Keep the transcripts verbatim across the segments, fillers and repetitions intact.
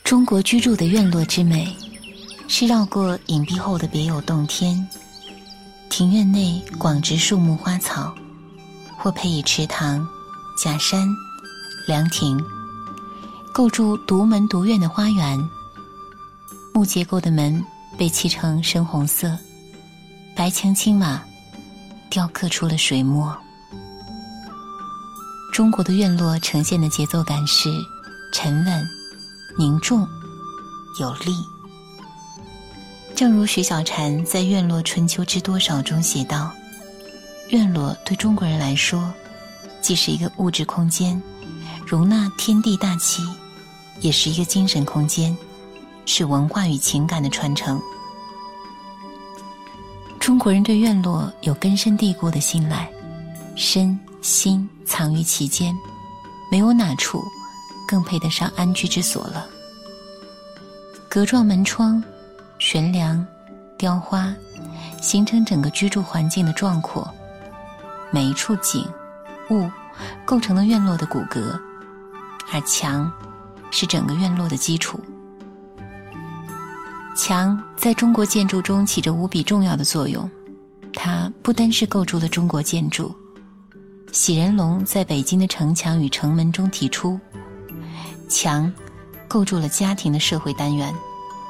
中国居住的院落之美，是绕过隐蔽后的别有洞天。庭院内广植树木花草，或配以池塘、假山、凉亭，构筑独门独院的花园。木结构的门被漆成深红色，白墙青瓦雕刻出了水墨。中国的院落呈现的节奏感是沉稳、凝重、有力。正如徐小婵在《院落春秋知多少》中写道，院落对中国人来说，既是一个物质空间，容纳天地大气，也是一个精神空间，是文化与情感的传承。中国人对院落有根深蒂固的信赖，身心藏于其间，没有哪处更配得上安居之所了。格状门窗、悬梁、雕花，形成整个居住环境的壮阔。每一处景物构成了院落的骨骼，而墙是整个院落的基础。墙在中国建筑中起着无比重要的作用，它不单是构筑了中国建筑。喜仁龙在北京的城墙与城门中提出，墙构筑了家庭的社会单元。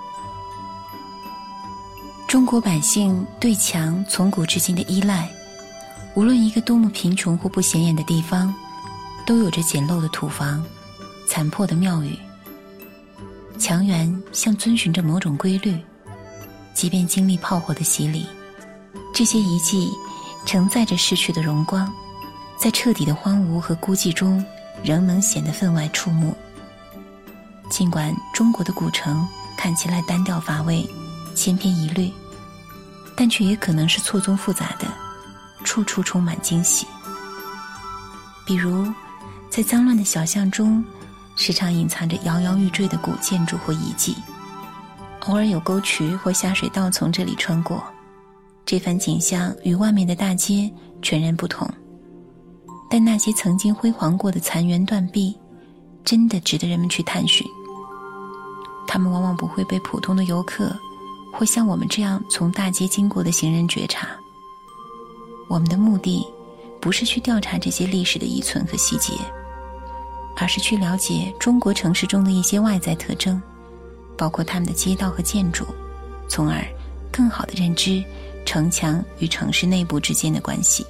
中国百姓对墙从古至今的依赖，无论一个多么贫穷或不显眼的地方，都有着简陋的土房、残破的庙宇。墙垣像遵循着某种规律，即便经历炮火的洗礼，这些遗迹承载着逝去的荣光，在彻底的荒芜和孤寂中仍能显得分外触目。尽管中国的古城看起来单调乏味、千篇一律，但却也可能是错综复杂的，处处充满惊喜。比如在脏乱的小巷中，时常隐藏着摇摇欲坠的古建筑或遗迹，偶尔有沟渠或下水道从这里穿过，这番景象与外面的大街全然不同。但那些曾经辉煌过的残垣断壁，真的值得人们去探寻。他们往往不会被普通的游客或像我们这样从大街经过的行人觉察。我们的目的不是去调查这些历史的遗存和细节，而是去了解中国城市中的一些外在特征，包括他们的街道和建筑，从而更好地认知城墙与城市内部之间的关系。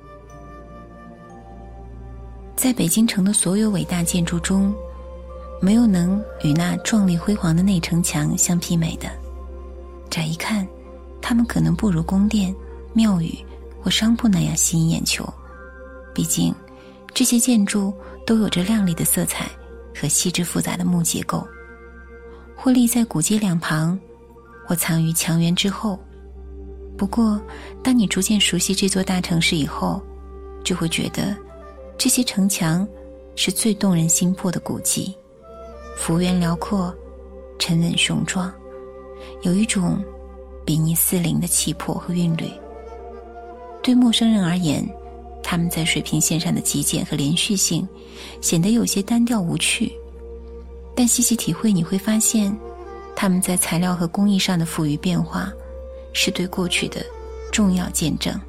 在北京城的所有伟大建筑中，没有能与那壮丽辉煌的内城墙相媲美的。乍一看，它们可能不如宫殿、庙宇或商铺那样吸引眼球，毕竟这些建筑都有着亮丽的色彩和细致复杂的木结构，或立在古街两旁，或藏于墙垣之后。不过当你逐渐熟悉这座大城市以后，就会觉得这些城墙是最动人心魄的古迹，幅员辽阔，沉稳雄壮，有一种比拟四邻的气魄和韵律。对陌生人而言，他们在水平线上的极简和连续性显得有些单调无趣，但细细体会你会发现，他们在材料和工艺上的富余变化是对过去的重要见证。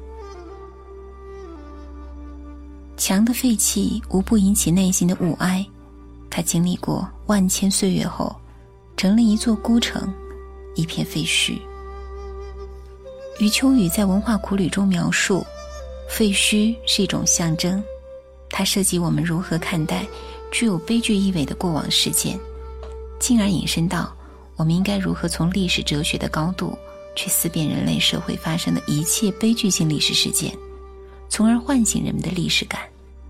墙的废弃无不引起内心的物哀，它经历过万千岁月后，成了一座孤城，一片废墟。余秋雨在《文化苦旅》中描述，废墟是一种象征，它涉及我们如何看待具有悲剧意味的过往事件，进而引申到我们应该如何从历史哲学的高度去思辨人类社会发生的一切悲剧性历史事件，从而唤醒人们的历史感。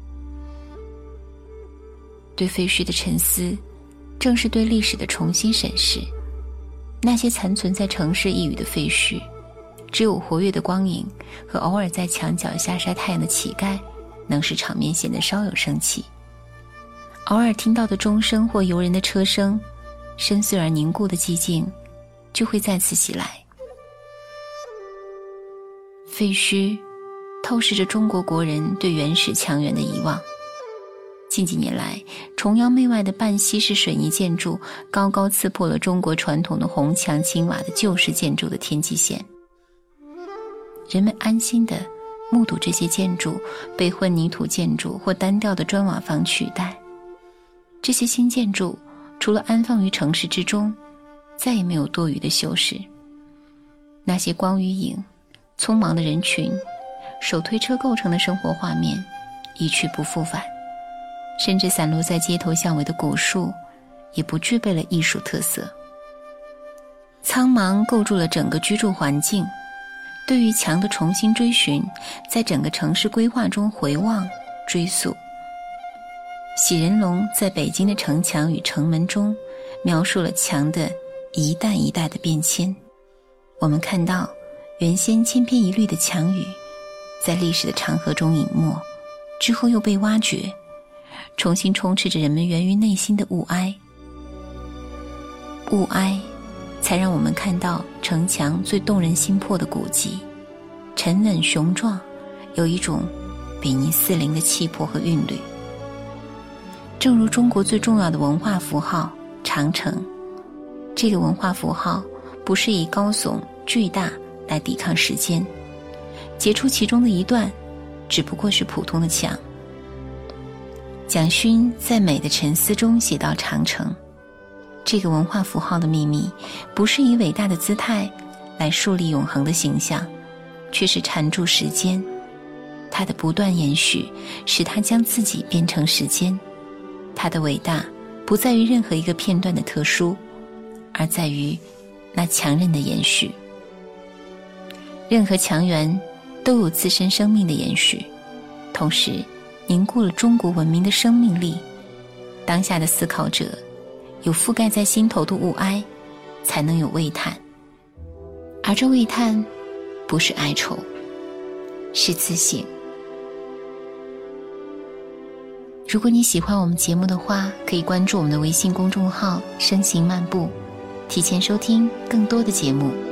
对废墟的沉思，正是对历史的重新审视。那些残存在城市一隅的废墟，只有活跃的光影和偶尔在墙角下晒太阳的乞丐，能使场面显得稍有生气。偶尔听到的钟声或游人的车声，深邃而凝固的寂静就会再次袭来。废墟透视着中国国人对原始墙垣的遗忘， 近几年来，崇洋媚外的半西式水泥建筑高高刺破了中国传统的红墙青瓦的旧式建筑的天际线。人们安心地目睹这些建筑被混凝土建筑或单调的砖瓦房取代。这些新建筑除了安放于城市之中，再也没有多余的修饰。那些光与影、匆忙的人群、手推车构成的生活画面一去不复返，甚至散落在街头巷尾的古树也不具备了艺术特色。苍茫构筑了整个居住环境，对于墙的重新追寻，在整个城市规划中回望追溯。喜人龙在北京的城墙与城门中描述了墙的一代一代的变迁。我们看到原先千篇一律的墙宇在历史的长河中隐没，之后又被挖掘，重新充斥着人们源于内心的物哀。物哀才让我们看到城墙最动人心魄的古迹，沉稳雄壮，有一种比拟四邻的气魄和韵律。正如中国最重要的文化符号长城，这个文化符号不是以高耸巨大来抵抗时间，截出其中的一段只不过是普通的墙。蒋勋在《美的沉思》中写到长城，这个文化符号的秘密不是以伟大的姿态来树立永恒的形象，却是缠住时间。它的不断延续使它将自己变成时间。它的伟大不在于任何一个片段的特殊，而在于那强韧的延续。任何墙垣都有自身生命的延续，同时凝固了中国文明的生命力。当下的思考者有覆盖在心头的物哀，才能有喟叹，而这喟叹不是哀愁，是自省。如果你喜欢我们节目的话，可以关注我们的微信公众号声行漫步，提前收听更多的节目。